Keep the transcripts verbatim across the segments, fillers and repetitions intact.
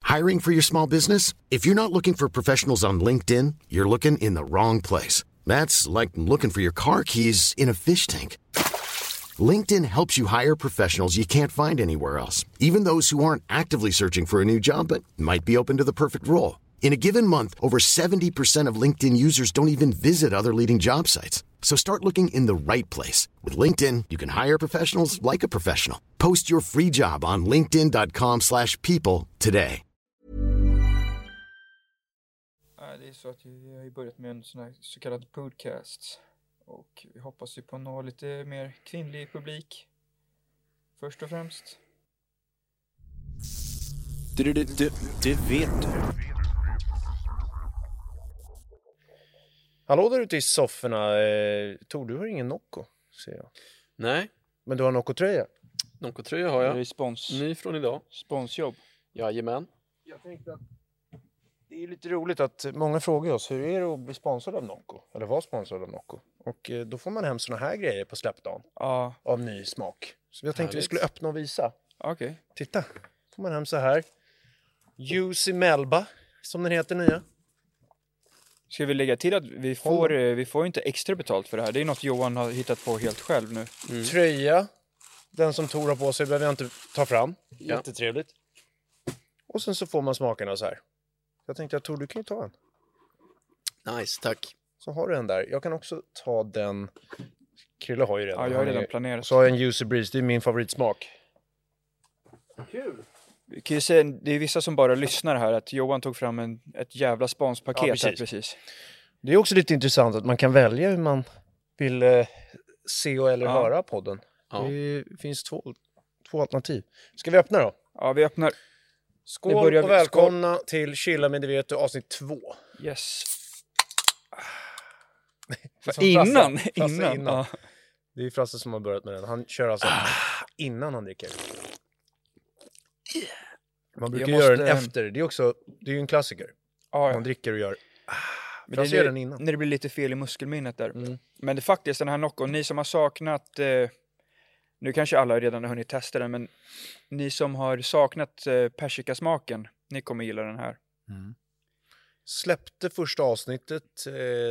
Hiring for your small business? If you're not looking for professionals on LinkedIn, you're looking in the wrong place. That's like looking for your car keys in a fish tank. LinkedIn helps you hire professionals you can't find anywhere else, even those who aren't actively searching for a new job but might be open to the perfect role. In a given month, over seventy percent of LinkedIn users don't even visit other leading job sites. So start looking in the right place. With LinkedIn, you can hire professionals like a professional. Post your free job on linkedin dot com slash people today. Det är så att vi har börjat med en sån här så kallad podcast. Och vi hoppas ju på att nå lite mer kvinnlig publik. Först och främst. Du, du, du, du vet du. Hallå där ute i sofforna. Eh, Tor, du har ingen Nocco, ser jag. Nej. Men du har Nocco-tröja. Nocco-tröja har jag. Det är spons. Ny från idag. Sponsjobb. Jajamän. Jag tänkte att det är lite roligt att många frågar oss, hur är det att bli sponsrad av Nocco? Eller vara sponsrad av Nocco? Och eh, då får man hem såna här grejer på släppdagen. Ja. Av ny smak. Så jag tänkte Härligt. vi skulle öppna och visa. Okej. Okay. Titta. Får man hem så här. Juicy Melba, som den heter nya. Ska vi lägga till att vi får, vi får inte extra betalt för det här. Det är något Johan har hittat på helt själv nu. Mm. Tröja. Den som Tor har på sig behöver jag inte ta fram. Ja. Jättetrevligt. Och sen så får man smakerna så här. Jag tänkte att Tor, du kan ju ta en. Nice, tack. Så har du en där. Jag kan också ta den. Krille har ju redan. Ja, jag har redan planerat. Så har jag en Juicy Breeze. Det är min favoritsmak. Kul. Vi kan ju säga, det är vissa som bara lyssnar här, att Johan tog fram en, ett jävla sponspaket ja, precis. här precis. Det är också lite intressant att man kan välja hur man vill eh, se och eller ja. höra podden. Ja. Det finns två, två alternativ. Ska vi öppna då? Ja, vi öppnar. Skål börjar, och välkomna skål. till Chilla med det vet du, avsnitt två. Yes. innan, Frasse, Frasse innan. innan. Ja. Det är Frasse som har börjat med den. Han kör alltså ah. innan han dricker. Man brukar måste... göra den efter. Det är också, det är ju en klassiker. Ah, ja. Man dricker och gör ah, men det är, den innan. När det blir lite fel i muskelminnet där. Mm. Men det faktiskt den här Nocco, ni som har saknat eh, nu kanske alla redan har hunnit testa den, men ni som har saknat eh, persikasmaken, ni kommer gilla den här. Mm. Släppte första avsnittet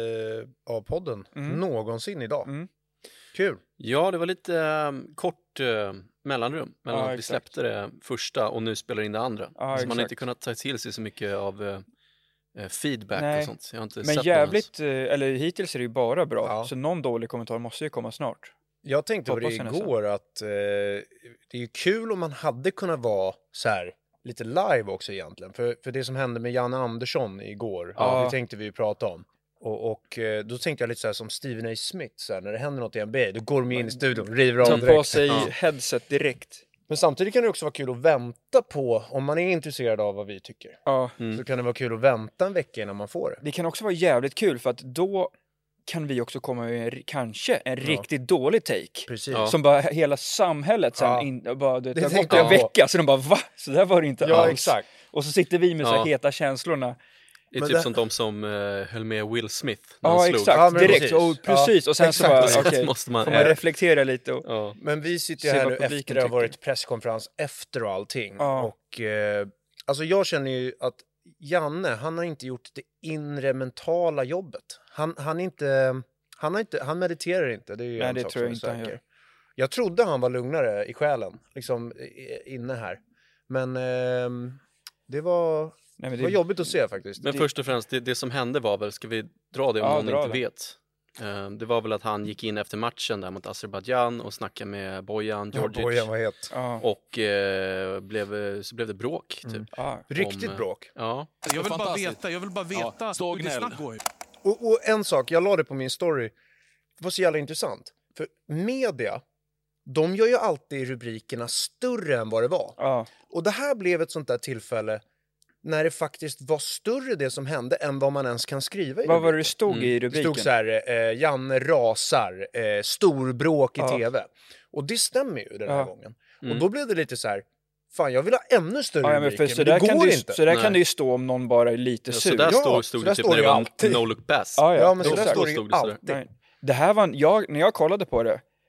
eh, av podden mm. någonsin idag. Mm. Kul. Ja, det var lite eh, kort eh, mellanrum mellan ja, att vi släppte det första och nu spelar in det andra. Ja, så man har inte kunnat ta till sig så mycket av eh, feedback Nej. och sånt. Jag har inte men sett jävligt, eh, eller hittills är det ju bara bra. Ja. Så någon dålig kommentar måste ju komma snart. Jag tänkte på det igår att eh, det är ju kul om man hade kunnat vara så här lite live också egentligen. För, för det som hände med Janne Andersson igår, ja. det tänkte vi ju prata om. Och, och då tänkte jag lite så här som Stephen A. Smith, så här, när det händer något i N B A, då går de in i studion, river av direkt. Ta på sig ja. headset direkt. Men samtidigt kan det också vara kul att vänta på, om man är intresserad av vad vi tycker. Ja. Mm. Så kan det vara kul att vänta en vecka innan man får det. Det kan också vara jävligt kul för att då kan vi också komma med en, kanske en ja. riktigt dålig take. Precis. Ja. Som bara hela samhället sen ja. in, bara, det, det har gått en ja. vecka så de bara, va? Så där var det inte ja, alls. Exakt. Och så sitter vi med så här ja. heta känslorna. Det är men typ det... som de som uh, höll med Will Smith. Ja, exakt. Ja, direkt. Precis. Och, precis. Och sen ja, så bara, okej, okay, måste man, får man reflektera lite. Och, ja. Men vi sitter ju här nu efter det har varit presskonferens efter och allting. Ja. Och eh, alltså jag känner ju att Janne, han har inte gjort det inre mentala jobbet. Han, han inte... Han, har inte, han mediterar inte, det är ju Nej, en det sak tror jag som inte han gör. Jag trodde han var lugnare i själen, liksom inne här. Men eh, det var, Nej, men det... det var jobbigt att se faktiskt. Men det... först och främst, det, det som hände var väl, ska vi dra det om ja, någon inte det. vet? Uh, det var väl att han gick in efter matchen där mot Azerbaijan och snackade med Bojan Djordjic. Ja, Bojan var het. Ja. Och uh, blev, så blev det bråk, typ. Mm. Ah. Riktigt om, bråk. Ja. Jag vill bara veta, jag vill bara veta ja, hur det snack går. Och, och en sak, jag la det på min story. Det var så jävla intressant. För media, de gör ju alltid rubrikerna större än vad det var. Ja. Och det här blev ett sånt där tillfälle när det faktiskt var större det som hände än vad man ens kan skriva i Vad rubriken. var det stod mm. i rubriken? Det stod så här, eh, Janne rasar, eh, storbråk i ja. tv. Och det stämmer ju den här ja. gången. Mm. Och då blev det lite så här, fan jag vill ha ännu större ja, men rubriker, för, så men där det kan går det, inte. Så där Nej. kan det ju stå om någon bara är lite ja, sur. Så där ja, stod, stod så det där typ står när det var alltid. no look pass. Ja, ja. ja men så Exakt. där står det ju stod det alltid. Nej. Det här var, jag, när jag kollade på det,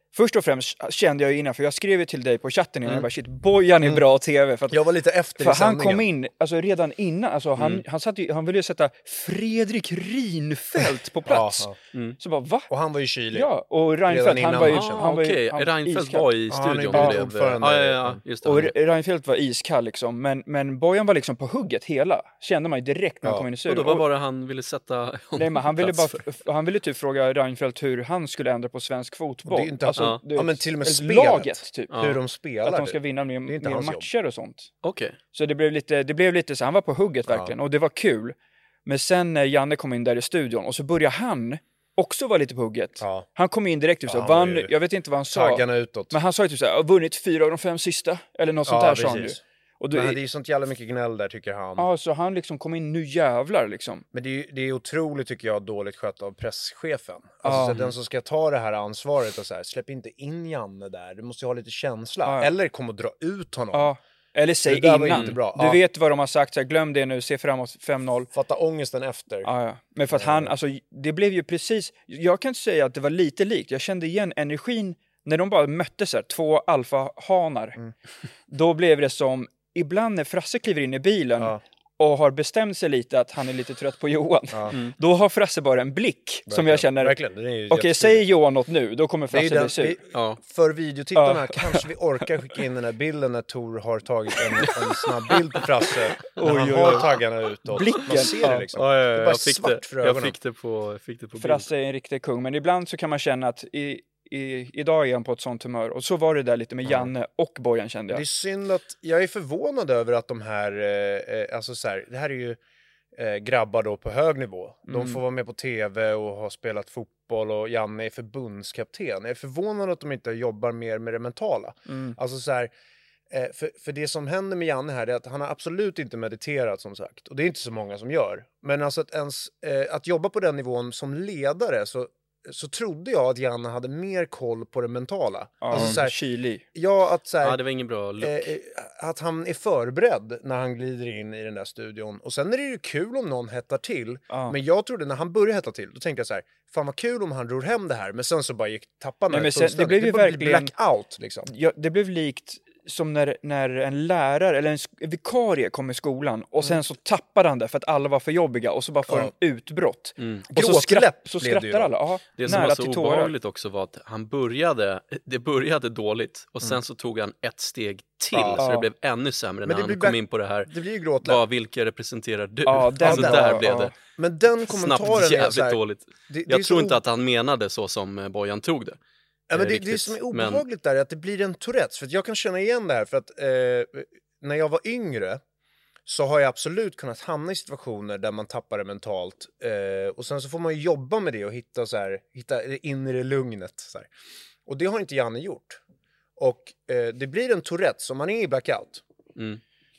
Först och främst kände jag ju innan, för jag skrev ju till dig på chatten innan, mm. jag bara shit, Bojan är bra tv. För att, jag var lite efter för i han kom in, alltså redan innan, alltså han, mm. han, satt ju, han ville ju sätta Fredrik Reinfeldt på plats. ja, ja. Mm. Så bara, va? Och han var ju kylig. Ja, och Reinfeldt, han var ju... Ah, han var ju okej, han, Reinfeldt iskall. var i studion. Ja, och blev, ah, ja, ja, just det. Och Reinfeldt var iskall liksom, men, men Bojan var liksom på hugget hela. Kände man ju direkt när ja. han kom in i studion. Och då var bara han ville sätta honom Nej, men han ville bara, han ville typ fråga Reinfeldt hur han skulle ändra på svensk fotboll. Det är inte, alltså, ja. det, ja, men till och med spelet. Laget, typ. Ja. Hur de spelar. Att de ska vinna mer, mer matcher jobb. och sånt. Okej. Okay. Så det blev lite, det blev lite så, han var på hugget verkligen. Ja. Och det var kul. Men sen när Janne kom in där i studion och så började han också vara lite på hugget. Ja. Han kom in direkt och så, ja, vann, ju... jag vet inte vad han sa. Taggarna utåt. Men han sa ju typ så här, vunnit fyra av de fem sista. Eller något sånt ja, där sa han ju. Och då, men det är ju sånt jävla mycket gnäll där tycker han. Ja, så han liksom kom in, nu jävlar liksom. Men det är, det är otroligt tycker jag dåligt skött av presschefen. Alltså ja. så den som ska ta det här ansvaret och så här, släpp inte in Janne där. Du måste ju ha lite känsla. Ja. Eller kom och dra ut honom. Ja. Eller säg innan. Inte bra. Du ja. vet vad de har sagt, så här, glöm det nu, se framåt fem noll. Fatta ångesten efter. Ja, ja. Men för att han, alltså det blev ju precis, jag kan inte säga att det var lite likt. Jag kände igen energin när de bara möttes här, två alfahanar. Mm. Då blev det som ibland när Frasse kliver in i bilen ja. och har bestämt sig lite att han är lite trött på Johan. Ja. Mm. Då har Frasse bara en blick verkligen. Som jag känner. Okej, okay, säger Johan något nu, då kommer Frasse den, bli sur. Vi, ja. För videotittarna ja. kanske vi orkar skicka in den här bilden när Tor har tagit en, en snabb bild på Frasse. När oj, han oj, har taggarna utåt. Blicken. Man ser det liksom. Ja, ja, ja. Det är bara jag fick svart det. för ögonen. Jag fick det på, jag fick det på bild. Frasse är en riktig kung, men ibland så kan man känna att i I, idag är han på ett sånt humör. Och så var det där lite med Janne och Bojan kände jag. Det är synd att, jag är förvånad över att de här, eh, alltså så här, det här är ju eh, grabbar då på hög nivå. De mm. får vara med på tv och har spelat fotboll och Janne är förbundskapten. Jag är förvånad att de inte jobbar mer med det mentala. Mm. Alltså så här, eh, för, för det som händer med Janne här är att han har absolut inte mediterat som sagt. Och det är inte så många som gör. Men alltså att, ens, eh, att jobba på den nivån som ledare så så trodde jag att Janne hade mer koll på det mentala. Ja, alltså så här, kylig. Ja, att så här, ja, det var ingen bra look. Eh, att han är förberedd när han glider in i den där studion. Och sen är det ju kul om någon hettar till. Ja. Men jag trodde när han började hetta till, då tänkte jag så här, fan vad kul om han drog hem det här. Men sen så bara gick tapparna. Nej, men sen, det blev ju verkligen blackout liksom. Ja, det blev likt som när, när en lärare eller en vikarie kom i skolan och sen mm. så tappade han det för att alla var för jobbiga och så bara får ja. en utbrott. Mm. Och så, skratt, så skrattar alla. Aha, det som var så obehagligt också var att han började, det började dåligt och sen mm. så tog han ett steg till ja. så det blev ännu sämre när han kom in på det här. Det blir ju gråtläpp. Vad, vilka representerar du? Ja, den, alltså där ja, blev ja. det. Men den kommentaren snabbt jävligt är här, dåligt. Det, det Jag tror så... inte att han menade så som Bojan tog det. Ja, men det, det som är obehagligt men... där är att det blir en Tourettes. För att jag kan känna igen det här. För att eh, när jag var yngre så har jag absolut kunnat hamna i situationer där man tappar det mentalt. Eh, och sen så får man ju jobba med det och hitta, så här, hitta det inre lugnet. Så här. Och det har inte Janne gjort. Och eh, det blir en Tourettes om man är i blackout. Mm.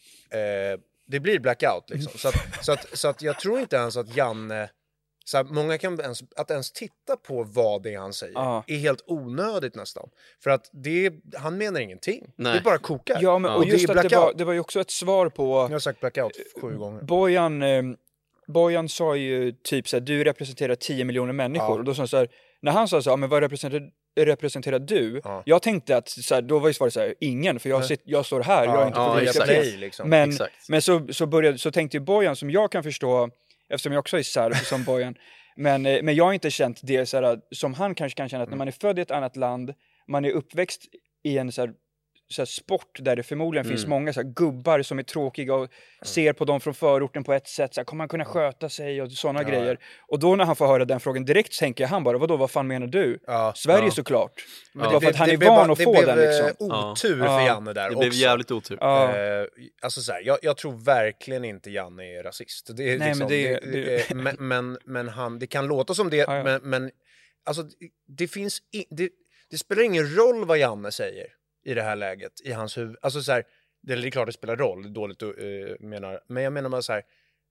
Eh, det blir blackout liksom. Så, att, så, att, så att jag tror inte ens att Janne... Så här, många kan ens, att ens titta på vad det är han säger ah. är helt onödigt nästan. För att det, han menar ingenting. Nej. Det är bara kokar. Ja, men, och, och just det, att det, var, det var ju också ett svar på... Jag har sagt blackout sju gånger. Bojan, eh, Bojan sa ju typ så här, du representerar tio miljoner människor. Ah. Och då sa han så här, när han sa så här, men vad representerar, representerar du? Ah. Jag tänkte att så här, då var ju svaret så här, ingen. För jag, sitter, jag står här, ah. jag är inte ah, politisk exakt. Liksom. Men, exakt. men så, så, började, så tänkte ju Bojan, som jag kan förstå... Eftersom jag också är serb som Bojan. Men, men jag har inte känt det så här, som han kanske kan känna. Att när man är född i ett annat land. Man är uppväxt i en så här, så här sport där det förmodligen mm. finns många så här, gubbar som är tråkiga. Och mm. ser på dem från förorten på ett sätt. Så här, kommer man kunna sköta sig och sådana ja. grejer. Och då när han får höra den frågan direkt tänker han bara. Vadå, vad fan menar du? Ja. Sverige ja. såklart. Men det var för att han är van bara, att få den liksom. Det blev otur ja. för Janne där Det också. blev jävligt otur. Ja. Uh, alltså så här, jag, jag tror verkligen inte Janne är rasist. Det är Nej, liksom, men, det, det, det, men, men, men han, det kan låta som det. Ja, ja. Men, men alltså, det finns i, det, det spelar ingen roll vad Janne säger i det här läget i hans huvud. Alltså så här, det är klart det spelar roll, det är dåligt uh, menar. Men jag menar bara så här,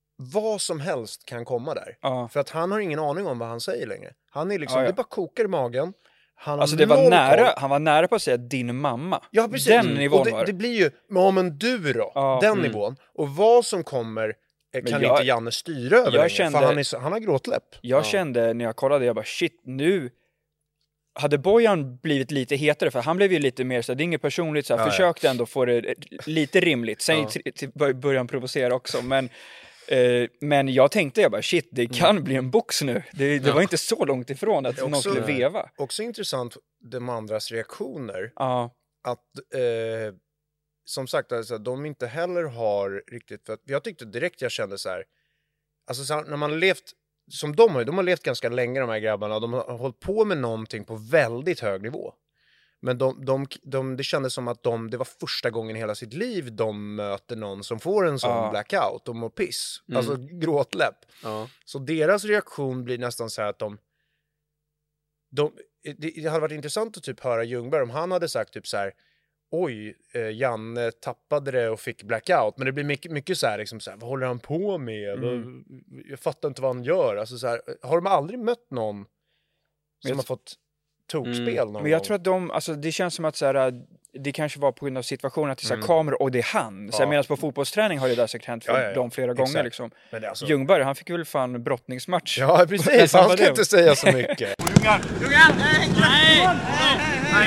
vad som helst kan komma där. Ja. För att han har ingen aning om vad han säger längre. Han är liksom, ja, ja. det bara kokar i magen. Han alltså det var nära, han var nära på att säga din mamma. Ja, precis. Den nivån och det, var det blir ju, ja men du då, ja. den mm. nivån. Och vad som kommer kan jag, inte Janne styra över längre, kände, för han, är, han har gråtläpp. Jag ja. kände när jag kollade, jag bara shit, nu hade Bojan blivit lite hetare, för han blev ju lite mer så här, det är inget personligt så här, ja, försökte ja. ändå få det lite rimligt. Sen ja. till början provocera också, men eh, men jag tänkte jag bara shit, det kan mm. bli en box nu. Det, det ja. var inte så långt ifrån att någon skulle veva. Också intressant de andras reaktioner. Ja. Att eh, som sagt, alltså, de inte heller har riktigt, för att jag tyckte direkt jag kände så här, alltså så här, när man levt som de har, de har levt ganska länge, de här grabbarna. De har hållit på med någonting på väldigt hög nivå. Men de, de, de, det kändes som att de, det var första gången i hela sitt liv de möter någon som får en sån ah. blackout. De mår piss. Mm. Alltså gråtläpp. Ah. Så deras reaktion blir nästan så här att de... de det, det hade varit intressant att typ höra Ljungberg om han hade sagt typ så här: oj, eh, Janne tappade det och fick blackout. Men det blir mycket, mycket så här, liksom så här, vad håller han på med? Mm. Jag fattar inte vad han gör. Alltså så här, har de aldrig mött någon som jag... har fått tokspel mm. någon Men jag gång? tror att de, alltså det känns som att så här, det kanske var på grund av situationen att det är så här, mm. kameror och det är han. Så ja. Medan på fotbollsträning har det där säkert hänt för ja, ja, ja. dem flera Exakt. gånger liksom. Men det alltså... Ljungberg, han fick väl fan brottningsmatch. Ja, precis. Han ska inte säga så mycket. Ljungar! Ljungar! Nej! Nej! Nej!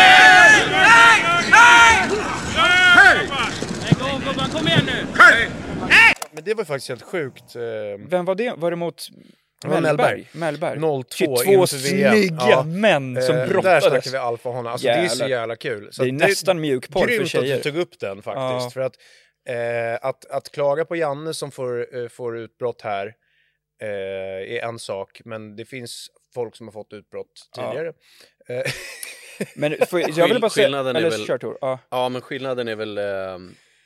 Nej! Nej! Kom igen nu! Men det var faktiskt helt sjukt. Vem var det? Var det mot... Mellberg. Mellberg. noll två tjugotvå snygga ja. män som brottades. Där snackar vi alfa honom. Alltså jävlar. Det är så jävla kul. Så det är det nästan mjukporr för tjejer. Grymt att du tog upp den faktiskt. Ja. För att, eh, att, att klaga på Janne som får, eh, får utbrott här eh, är en sak. Men det finns folk som har fått utbrott tidigare. Ja. Men för, jag vill bara säga... Skillnaden eller, är väl... Körtor, ja. ja, men skillnaden är väl... Eh...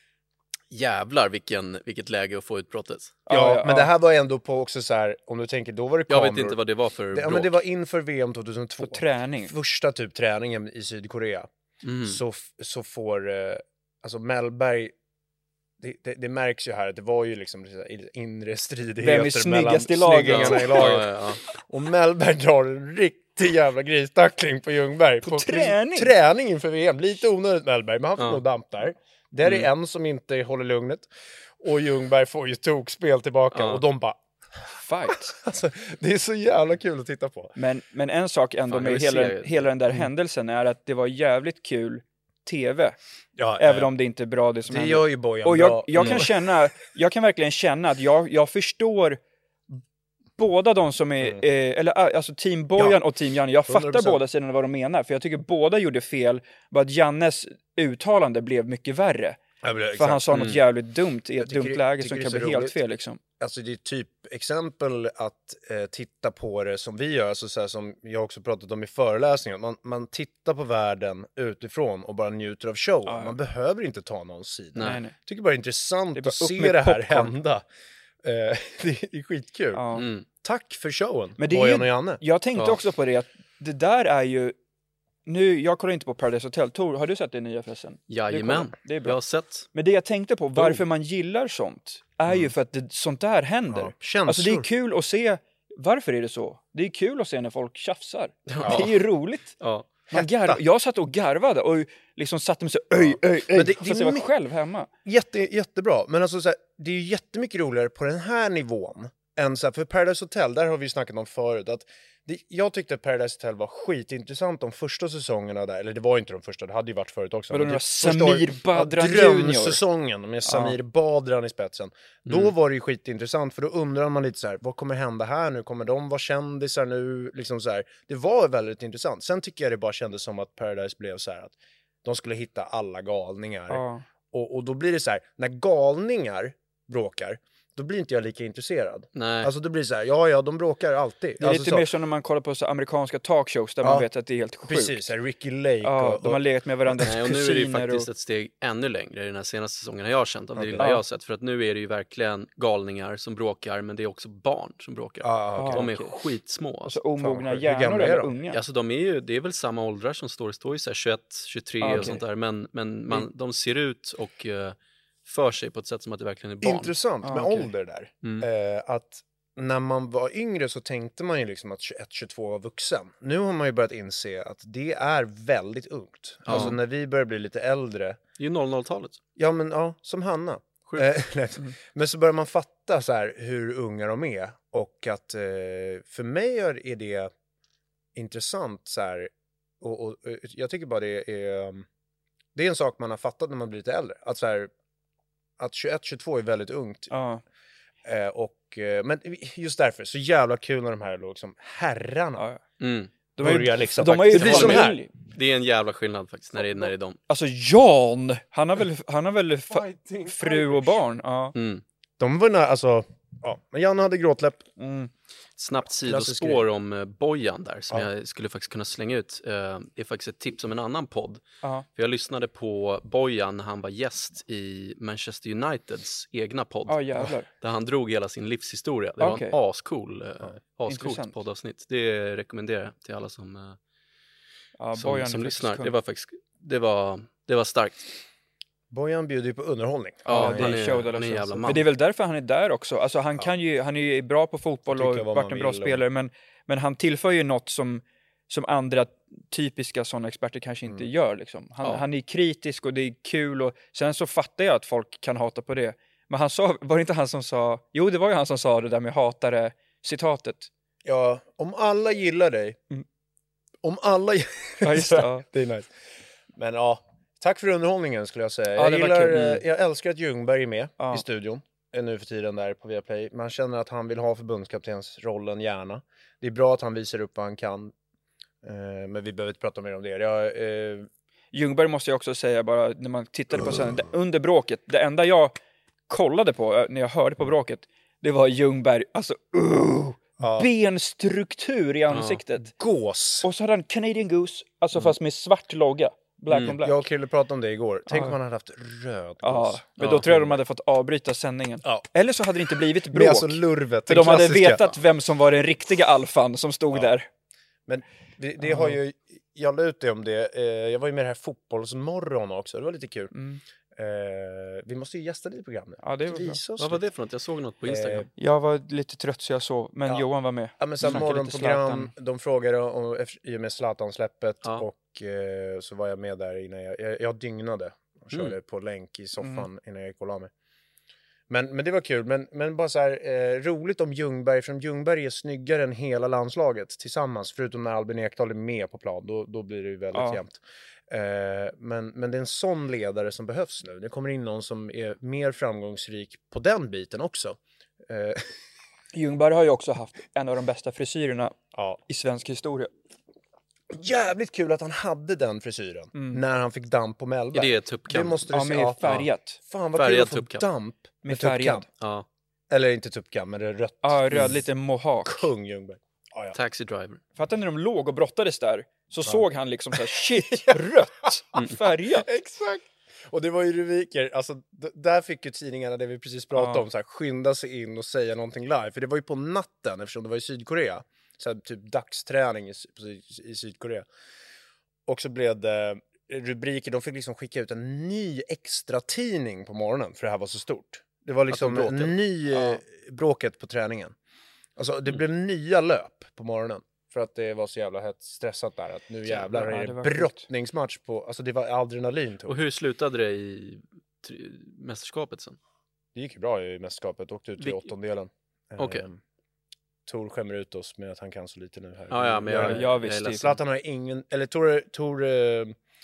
Jävlar vilken, vilket läge att få utbrottet. Ja, ja, ja, men det här var ändå på också så här, om du tänker, då var det kameror. Jag vet inte vad det var för det, ja, men det var inför V M tjugohundratvå. För träning. Första typ träningen i Sydkorea. Mm. Så, så får, eh, alltså Mellberg, det, det, det märks ju här att det var ju liksom inre stridigheter. Vem är snyggast i laget? Ja. I laget. Ja, ja, ja. Och Mellberg drar en riktig jävla gristackling på Ljungberg. På, på träning? Träning inför V M. Lite onödigt Mellberg, men han får ja. nog damp där. Där mm. är en som inte håller lugnet. Och Ljungberg får ju tokspel tillbaka. Ja. Och de bara... Fight. Alltså, det är så jävla kul att titta på. Men, men en sak ändå Fan, med hela, hela den där mm. händelsen är att det var jävligt kul tv. Ja, även äh, om det inte är bra det som det händer. Gör ju Bojan och jag, bra. jag kan känna... Jag kan verkligen känna att jag, jag förstår... Båda de som är, mm. eh, eller alltså Team Bojan ja. och Team Janne, jag fattar hundra procent. Båda sidorna vad de menar. För jag tycker båda gjorde fel, bara att Jannes uttalande blev mycket värre. Ja, för exakt. Han sa något mm. jävligt dumt i ett dumt läge som kan bli roligt. Helt fel liksom. Alltså det är typ exempel att eh, titta på det som vi gör, alltså så här, som jag också pratat om i föreläsningen. Man, man tittar på världen utifrån och bara njuter av show. Ja. Man behöver inte ta någon sida. Nej, nej. Jag tycker bara det är intressant det är bara att se det här popcorn. hända. Uh, det är skitkul. Ja. Mm. Tack för showen, men det Bojan ju, och Janne. Jag tänkte ja. också på det, att det där är ju... Nu, jag kollar inte på Paradise Hotel. Tor, har du sett det nya förresten? Jajamän, det är bra. Jag har sett. Men det jag tänkte på, varför man gillar sånt, är mm. ju för att det, sånt där händer. Ja, alltså det är kul att se, varför är det så? Det är kul att se när folk tjafsar. Ja. Det är ju roligt. Ja. Man garv, jag satt och garvade och liksom satte mig så öj, öj, öj. Men det, det är jag var själv hemma. Jätte, jättebra. Men alltså så här, det är ju jättemycket roligare på den här nivån än så här, för Paradise Hotel, där har vi snackat om förut att det, jag tyckte att Paradise Hotel var skitintressant de första säsongerna där. Eller det var inte de första, det hade ju varit förut också. Men det var Samir Badran Junior. Drömsäsongen med Samir ja. Badran i spetsen. Då mm. var det ju skitintressant, för då undrar man lite så här, vad kommer hända här nu? Kommer de vara kändisar nu? Liksom så här. Det var väldigt intressant. Sen tycker jag det bara kändes som att Paradise blev så här att de skulle hitta alla galningar. Ja. Och, och då blir det så här, när galningar bråkar, då blir inte jag lika intresserad. Nej. Alltså det blir så här, ja ja, de bråkar alltid. Det är alltså, lite så. mer som när man kollar på så amerikanska talkshows där ja. man vet att det är helt sjukt. Precis, Ricky Lake. Ja, och, de har legat med varandras Nej, och nu är det ju faktiskt och... ett steg ännu längre i den här senaste säsongen jag har känt av det okay. lilla jag har sett. För att nu är det ju verkligen galningar som bråkar, men det är också barn som bråkar. Ah, okay. De är okay. skitsmå. Alltså, alltså omogna hjärnor eller unga? Alltså de är ju, det är väl samma åldrar som står, står ju så här tjugoett, tjugotre ah, okay. och sånt där. Men, men man, mm. de ser ut och... Uh, för sig på ett sätt som att det verkligen är barn. Intressant med ah, okay. ålder där. Mm. Eh, att när man var yngre så tänkte man ju liksom att tjugoett tjugotvå var vuxen. Nu har man ju börjat inse att det är väldigt ungt. Ja. Alltså när vi börjar bli lite äldre. Det är ju noll noll-talet. Ja, men ja, som Hanna. Eh, mm. Men så börjar man fatta så här hur unga de är. Och att eh, för mig är det intressant så här, och, och, och jag tycker bara det är det är en sak man har fattat när man blir lite äldre, att så här, att tjugoett tjugotvå är väldigt ungt. Ja. Eh, och eh, men just därför så jävla kul när de här liksom herrarna Ja. Mm. De är ju, börjar liksom de är ju det blir som här. Det är en jävla skillnad faktiskt när det, när det är dem. Alltså Jan, han har väl, han har väl fa- fru och barn. Ja. Mm. De var när, alltså, ja, men Jan hade gråtläpp. Mm. Snabbt sidospår om uh, Bojan där som ja. jag skulle faktiskt kunna slänga ut. Uh, är faktiskt ett tips om en annan podd. Ja. För jag lyssnade på Bojan när han var gäst i Manchester Uniteds egna podd. Ja, jävlar. Där han drog hela sin livshistoria. Det Okay. var en ascool, uh, ja. ascoolt poddavsnitt. Det rekommenderar jag till alla som, uh, ja, som, som lyssnar. Det var faktiskt, det var, det var starkt. Bojan bjuder ju på underhållning. Ja, det han är, är, show han är en jävla man. Men det är väl därför han är där också. Alltså han kan ju, han är ju bra på fotboll och varit en bra spelare, och... men, men han tillför ju något som, som andra typiska sådana experter kanske inte mm. gör liksom. Han, ja. han är kritisk och det är kul, och sen så fattar jag att folk kan hata på det. Men han sa, var det inte han som sa, jo det var ju han som sa det där med hatare citatet. Ja, om alla gillar dig. Mm. Om alla ja, just det, ja. Det är nice. Men ja, tack för underhållningen skulle jag säga. Ja, jag, gillar, mm. jag älskar att Ljungberg är med ja. i studion nu för tiden där på Viaplay. Man känner att han vill ha förbundskaptensrollen gärna. Det är bra att han visar upp vad han kan. Uh, men vi behöver inte prata mer om det. Jag, uh... Ljungberg måste jag också säga, bara när man tittade på sen, under bråket, det enda jag kollade på när jag hörde på bråket, det var Ljungberg, alltså uh, ja. benstruktur i ansiktet. Ja. Gås. Och så hade han Canadian Goose, alltså mm. fast med svart logga. Black mm. on black. Jag och Krille pratade om det igår. Tänk ja. om man hade haft röd ja. Men ja. då tror jag de hade fått avbryta sändningen. Ja. Eller så hade det inte blivit bråk. Det är alltså lurvet. För de hade vetat vem som var den riktiga alfan som stod ja. där. Men det, det har ju, jag la ut det om det. Jag var ju med det här fotbollsmorgon också. Det var lite kul. Mm. Eh, vi måste ju gästa dig i programmet. Ja, det var bra. Vad var det för något? Jag såg något på Instagram. Eh, jag var lite trött så jag sov, men ja. Johan var med. Ja, men sen morgonprogram, de frågade om, i och med Zlatan-släppet ja. och eh, så var jag med där innan jag, jag, jag dygnade och körde mm. på länk i soffan mm. innan jag gick och la mig. Men, men det var kul, men, men bara så här eh, roligt om Ljungberg, för Ljungberg är snyggare än hela landslaget tillsammans, förutom när Albin Ekdal är med på plan, då, då blir det ju väldigt ja. jämnt. Eh, men, men det är en sån ledare som behövs nu. Det kommer in någon som är mer framgångsrik på den biten också. Eh. Ljungberg har ju också haft en av de bästa frisyrerna ja. i svensk historia. Jävligt kul att han hade den frisyren mm. när han fick damp på Mellberg. Är det tuppkam? Det måste du ja, se. med färgat. Fan vad kul att få damp med, med tuppkam. Ja. Eller inte tuppkam, men det är rött. Ja, röd, lite mohawk. Kung Ljungberg. Ah, ja. Taxi driver. För att när de låg och brottades där så ja. såg han liksom så här, shit, rött, mm. färgat. Exakt. Och det var ju rubriker, alltså d- där fick ju tidningarna det vi precis pratade ja. om, så här, skynda sig in och säga någonting live. För det var ju på natten, eftersom det var i Sydkorea. Så här, typ dagsträning i, i, i Sydkorea. Och så blev det rubriker, de fick liksom skicka ut en ny extra tidning på morgonen, för det här var så stort. Det var liksom en ny ja. bråket på träningen. Alltså det blev mm. nya löp på morgonen. För att det var så jävla hett stressat där. Att nu jävlar är det, ja, det brottningsmatch på... Alltså det var adrenalin. Tog. Och hur slutade det i t- mästerskapet sen? Det gick ju bra i mästerskapet. Åkte ut i Vi... åttondelen. Okej. Okay. Ehm, Tor skämmer ut oss med att han kan så lite nu här. Ja, ja, men jag, jag, jag visste. Zlatan har ingen... Eller Tor... Tor eh,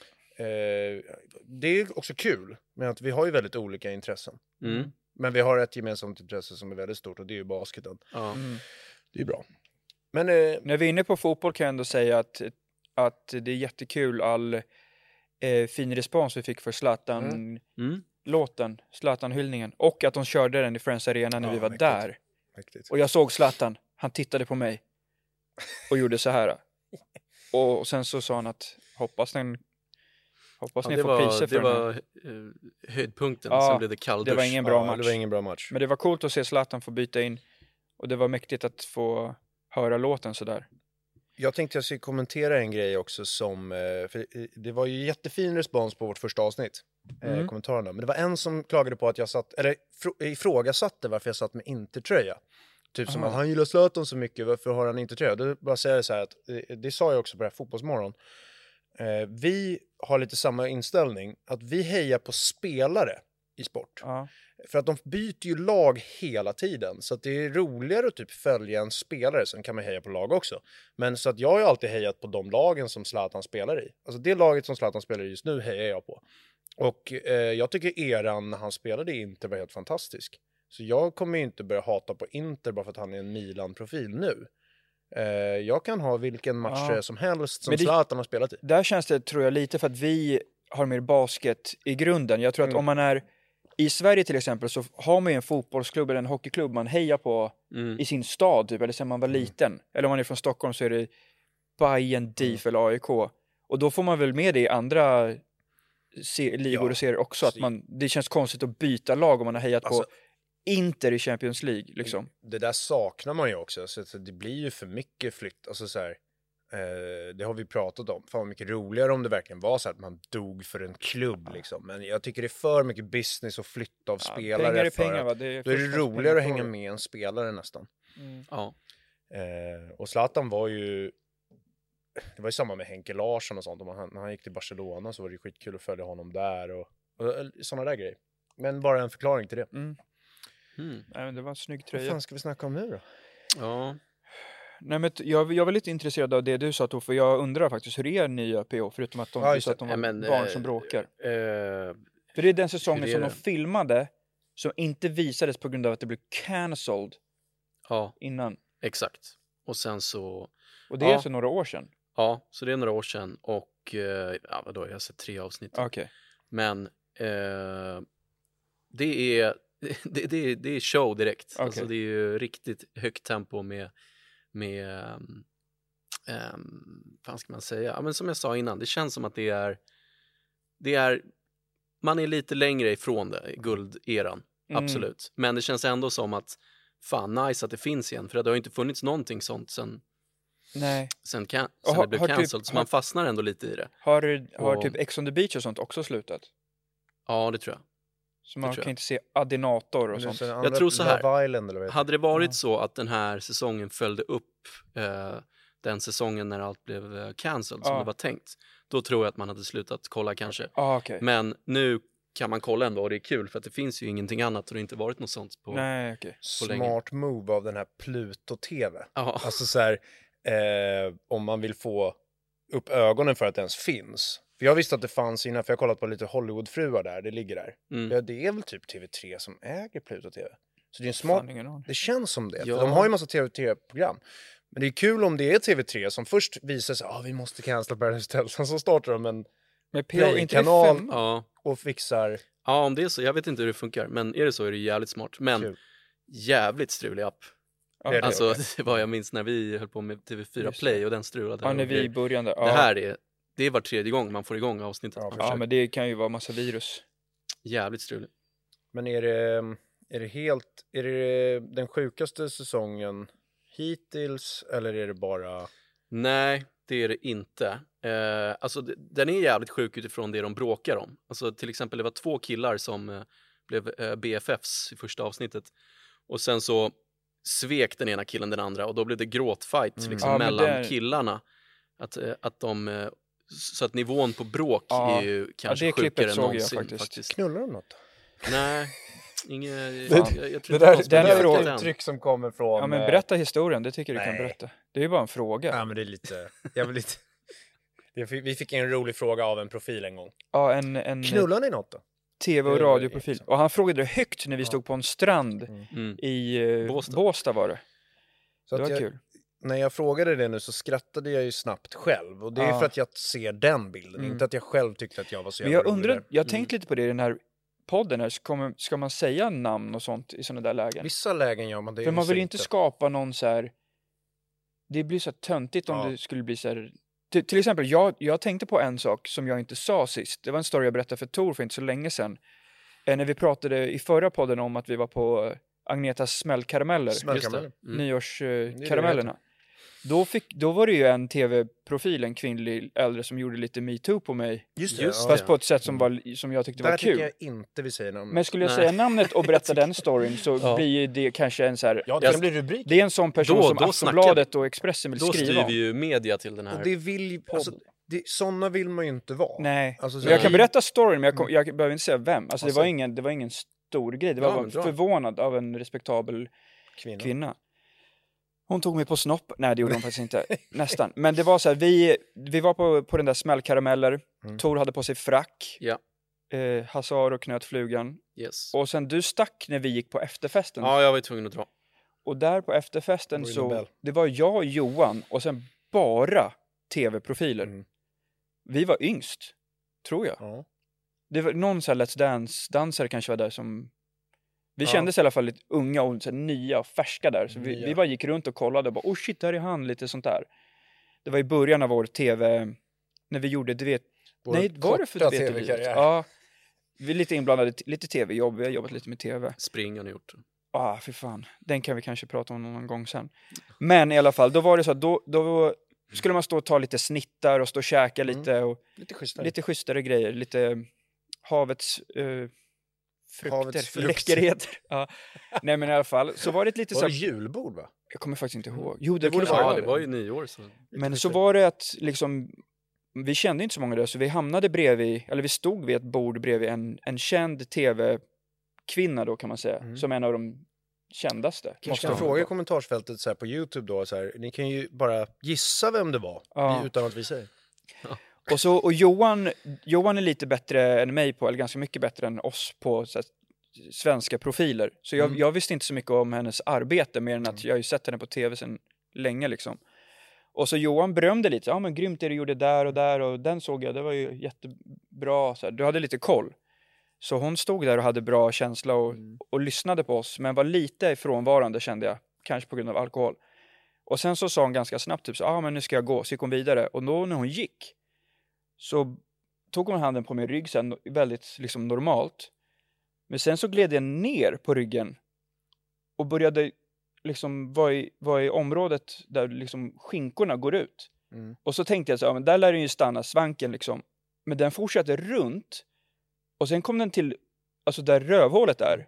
eh, det är också kul. Men att vi har ju väldigt olika intressen. Mm. Men vi har ett gemensamt intresse som är väldigt stort. Och det är ju basketen. Ja. Mm. Det är bra. Men, eh, när vi är inne på fotboll kan jag ändå säga att, att det är jättekul all eh, fin respons vi fick för Zlatan-låten, mm. Zlatan-hyllningen. Och att de körde den i Friends Arena när ja, vi var mäktigt. där. Mäktigt. Och jag såg Zlatan, han tittade på mig och gjorde så här. Och sen så sa han att hoppas den hoppas ja, ni får var, priser för det den var uh, höjdpunkten, ja, sen blev det kalldusch. Det var ingen bra ja, match. Det var ingen bra match. Men det var coolt att se Zlatan få byta in. Och det var mäktigt att få höra låten sådär. Jag tänkte jag skulle kommentera en grej också som, för det var ju jättefin respons på vårt första avsnitt, mm. eh, kommentarerna. Men det var en som klagade på att jag satt, eller ifrågasatte varför jag satt med intertröja. Typ som Aha. att han gillar Zlatan så mycket, varför har han intertröja? Då bara säger jag så här att, det sa jag också på det här fotbollsmorgon. Eh, vi har lite samma inställning, att vi hejar på spelare i sport. Ja. för att de byter ju lag hela tiden. Så att det är roligare att typ följa en spelare. Sen kan man heja på lag också. Men så att jag har ju alltid hejat på de lagen som Zlatan spelar i. Alltså det laget som Zlatan spelar i just nu hejar jag på. Och eh, jag tycker eran när han spelade i Inter var helt fantastisk. Så jag kommer ju inte börja hata på Inter bara för att han är en Milan-profil nu. Eh, jag kan ha vilken match ja. som helst som det, Zlatan har spelat i. Där känns det, tror jag, lite för att vi har mer basket i grunden. Jag tror mm. att om man är i Sverige till exempel så har man ju en fotbollsklubb eller en hockeyklubb man hejar på mm. i sin stad typ, eller sen man var mm. liten. Eller om man är från Stockholm så är det Bayern, D I F mm. eller A I K. Och då får man väl med det i andra se- ligor ja. och serier också. Att man, det känns konstigt att byta lag om man har hejat alltså, på Inter i Champions League. Liksom. Det där saknar man ju också. Så det blir ju för mycket flytt. Alltså så här, eh, det har vi pratat om. Fan vad mycket roligare om det verkligen var så att man dog för en klubb. Liksom. Men jag tycker det är för mycket business och flytt av ja, spelare. Pengar är pengar, va? Det är då är det roligare att hänga med en spelare nästan. Mm. Ja. Eh, och Zlatan var ju... Det var ju samma med Henke Larsson och sånt. Om han, när han gick till Barcelona så var det skitkul att följa honom där. Och, och sådana där grejer. Men bara en förklaring till det. Mm. Mm. Nej, men det var en snygg tröja. Vad fan ska vi snacka om nu då? Ja. Nej, men jag, jag var lite intresserad av det du sa, Toffe. Jag undrar faktiskt, hur är nya P O? Förutom att de, ja, att de var men, barn som bråkar. Eh, För det är den säsongen är som det? de filmade som inte visades på grund av att det blev cancelled ja, innan. Exakt. Och sen så... Och det är ja. alltså några år sedan? Ja, så det är några år sedan. Och eh, ja, vadå, jag har sett tre avsnitt. Okay. Men eh, det är... Det, det, det är show direkt. Okay. Alltså det är ju riktigt högt tempo med med um, um, vad ska man säga? Ja, men som jag sa innan, det känns som att det är det är man är lite längre ifrån det, gulderan. Mm. Absolut. Men det känns ändå som att fan nice att det finns igen, för det har ju inte funnits någonting sånt sen Nej. sen, can- sen har, det blev har cancelled, typ, så man fastnar ändå lite i det. Har, har och, typ Ex on the Beach och sånt också slutat? Ja, det tror jag. Så man kan inte se Adinator och sånt. Jag tror så här. Island, eller hade det varit ja. så att den här säsongen följde upp eh, den säsongen när allt blev eh, cancelled ja. som det var tänkt, då tror jag att man hade slutat kolla kanske. Ah, okay. Men nu kan man kolla ändå och det är kul för att det finns ju ingenting annat och det har inte varit något sånt på, Nej, okay. på Smart länge. move av den här Pluto-T V. Ja. Alltså så här, eh, om man vill få upp ögonen för att det ens finns. För jag visste att det fanns innan, för jag har kollat på lite Hollywoodfruar där, det ligger där. Mm. Ja, det är väl typ T V tre som äger Pluto T V. Så det är en smart, det känns som det. Ja. För de har ju en massa T V tre-program. Men det är kul om det är T V tre som först visar sig, ah, vi måste cancella Paradise Hotel. Sen så startar de en play-kanal ja. och fixar... Ja, om det är så, jag vet inte hur det funkar, men är det så är det jävligt smart. Men kul. Jävligt strulig app. Ja, det alltså, det. det var jag minns när vi höll på med T V fyra Play och den strulade. Ja, när vi började. Ja. Det här är, det är var tredje gång man får igång avsnittet. Ja, ja, men det kan ju vara massa virus. Jävligt struligt. Men är det, är det helt, är det den sjukaste säsongen hittills, eller är det bara... Nej, det är det inte. Eh, alltså, d- den är jävligt sjuk utifrån det de bråkar om. Alltså, till exempel, det var två killar som eh, blev eh, B F Fs i första avsnittet. Och sen så svek den ena killen den andra och då blev det gråtfight mm. liksom, ja, mellan är... killarna. Att, eh, att de... Eh, så att nivån på bråk ja. är ju kanske ja, sjukare än någonsin. Jag faktiskt. faktiskt. Knullar de något? Nej, inget... Det, jag, jag tror det där, det det där är ett uttryck som kommer från... Ja, men berätta historien, det tycker du kan berätta. Det är ju bara en fråga. Ja, men det är lite... Jag vill lite... Vi fick en rolig fråga av en profil en gång. Ja, en... en knullar ni något då? T V- och radioprofil. Och han frågade det högt när vi stod på en strand mm. i uh, Båstad. Båstad var det. Så det var jag, kul. När jag frågade det nu så skrattade jag ju snabbt själv. Och det är ja. för att jag ser den bilden. Mm. Inte att jag själv tyckte att jag var så jävla Men jag undrar, jag har mm. tänkt lite på det i den här podden här. Ska man, ska man säga namn och sånt i sådana där lägen? Vissa lägen gör man det. För man vill inte skapa någon så här... Det blir så töntigt om ja. det skulle bli så här... Till, till exempel, jag, jag tänkte på en sak som jag inte sa sist. Det var en story jag berättade för Tor för inte så länge sedan. Eh, när vi pratade i förra podden om att vi var på Agnetas smällkarameller. Smällkarameller. Mm. Nyårskaramellerna. Eh, Då, fick, då var det ju en tv-profil, en kvinnlig äldre som gjorde lite MeToo på mig. Just det. Just fast ja. på ett sätt som, var, som jag tyckte Där var kul. Där tycker jag inte vi säger namnet. Men skulle jag Nej. säga namnet och berätta den storyn så ja. blir det kanske en så här... Ja, det kan bli rubrik. Det är en sån person då, som då Aftonbladet och Expressen vill då skriva Då styr vi ju media till den här. Och det vill alltså, det, såna vill man ju inte vara. Nej, alltså, så jag kan berätta storyn men jag, kom, jag behöver inte säga vem. Alltså, alltså det var ingen, det var ingen stor grej. Det var Ja, bara men bra. förvånad av en respektabel Kvinna. kvinna. Hon tog mig på snopp. Nej, det gjorde hon faktiskt inte. Nästan. Men det var så här, vi, vi var på, på den där smällkarameller. Mm. Tor hade på sig frack. Ja. Eh, Hazar och knöt flugan. Yes. Och sen du stack när vi gick på efterfesten. Ja, jag var ju tvungen att dra. Och där på efterfesten Var det så, Nobel? det var jag och Johan och sen bara tv-profiler. Mm. Vi var yngst, tror jag. Ja. Det var någon sån här Let's Dance-dansare kanske var där som... Vi Ja. kändes i alla fall lite unga och så här, nya och färska där. Så vi, Nya. vi bara gick runt och kollade och bara, oh shit, där är han, lite sånt där. Det var i början av vår tv, när vi gjorde, du vet... Vår Nej, var det för korta du vet, tv-karriär. Ja, vi är lite inblandade, lite tv-jobb, vi har jobbat lite med tv. Spring har ni gjort. Ah, för fan. Den kan vi kanske prata om någon gång sen. Men i alla fall, då var det så att då, då skulle man stå och ta lite snittar och stå och käka Mm. lite och Lite schysstare. lite schysstare grejer. Lite havets uh, frukter, Havets frukt. läckerheter. Ja. Nej, men i alla fall, så var det ett lite Var så... det julbord, va? Jag kommer faktiskt inte ihåg. Jo, det, Det borde kanske Ja, var det det. var ju nyår. Så. Men så var det att liksom... Vi kände inte så många där, så vi hamnade bredvid, eller vi stod vid ett bord bredvid en, en känd tv-kvinna då kan man säga. Mm. Som en av de kändaste. Måste Måste jag fråga i kommentarsfältet så här på YouTube då, så här, ni kan ju bara gissa vem det var Ja. utan att vi säger. Och, så, och Johan, Johan är lite bättre än mig på, eller ganska mycket bättre än oss på så här, svenska profiler. Så jag, Mm. jag visste inte så mycket om hennes arbete, mer än att jag har ju sett henne på tv sedan länge liksom. Och så Johan berömde lite, ja men grymt det du gjorde där och där och den såg jag, det var ju jättebra. Så här, du hade lite koll. Så hon stod där och hade bra känsla och, Mm. och lyssnade på oss, men var lite ifrånvarande kände jag, kanske på grund av alkohol. Och sen så sa hon ganska snabbt typ så, ja ah, men nu ska jag gå, så gick hon vidare. Och då när hon gick så tog hon handen på min rygg sen, väldigt liksom normalt. Men sen så gled jag ner på ryggen och började liksom vara i, vara i området där liksom skinkorna går ut. Mm. Och så tänkte jag så, ja men där lär den ju stanna, svanken liksom. Men den fortsatte runt och sen kom den till, alltså där rövhålet är.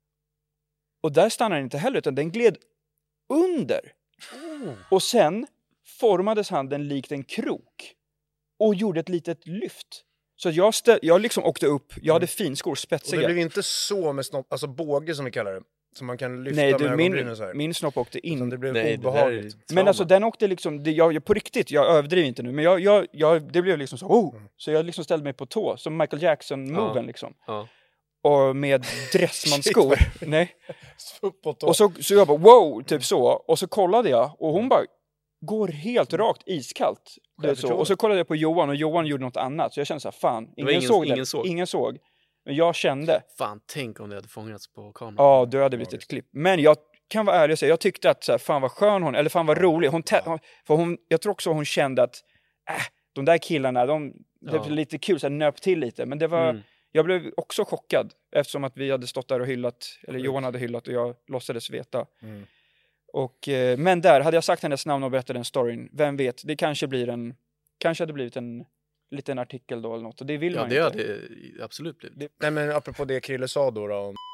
Och där stannade den inte heller, utan den gled under. Oh. Och sen formades handen likt en krok och gjorde ett litet lyft. Så jag, stä- jag liksom åkte upp, jag hade finskor, Och spetsiga. det blev inte så med snopp, alltså båge som vi kallar det. Som man kan lyfta Nej, med du, ögonbrynen min, så här. min snopp åkte in. Utan det blev Nej, det där är obehagligt. trauma. Men alltså den åkte liksom, det, jag, jag, på riktigt, jag överdriver inte nu, men jag, jag, jag, det blev liksom så, oh! Så jag liksom ställde mig på tå, som Michael Jackson-moven Ja. liksom. Ja. Och med dressmanskor. Nej. Upp på tå. Och så, så jag bara, wow, typ så. Och så kollade jag, och hon bara går helt rakt, iskallt. Du vet så. Och så kollade jag på Johan, och Johan gjorde något annat. Så jag kände så här, fan, ingen, ingen- såg ingen det. såg. Ingen såg. Men jag kände, Fan, tänk om det hade fångats på kameran. ja, då hade det blivit ett klipp. Men jag kan vara ärlig och säga, jag tyckte att så här, fan vad skön hon, eller fan vad rolig. Hon, tä- hon, för hon, jag tror också hon kände att, äh, de där killarna, de, det Ja. var lite kul, så här, nöp till lite. Men det var, Mm. jag blev också chockad, eftersom att vi hade stått där och hyllat, eller Johan hade hyllat och jag låtsades veta. Mm. Och, eh, men där, hade jag sagt hennes namn och berättat den storyn, vem vet, det kanske blir en, kanske hade blivit en liten artikel då eller något, och det vill Ja, man det inte. hade absolut blivit. Nej, men apropå det Krille sa då, då om...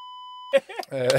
eh,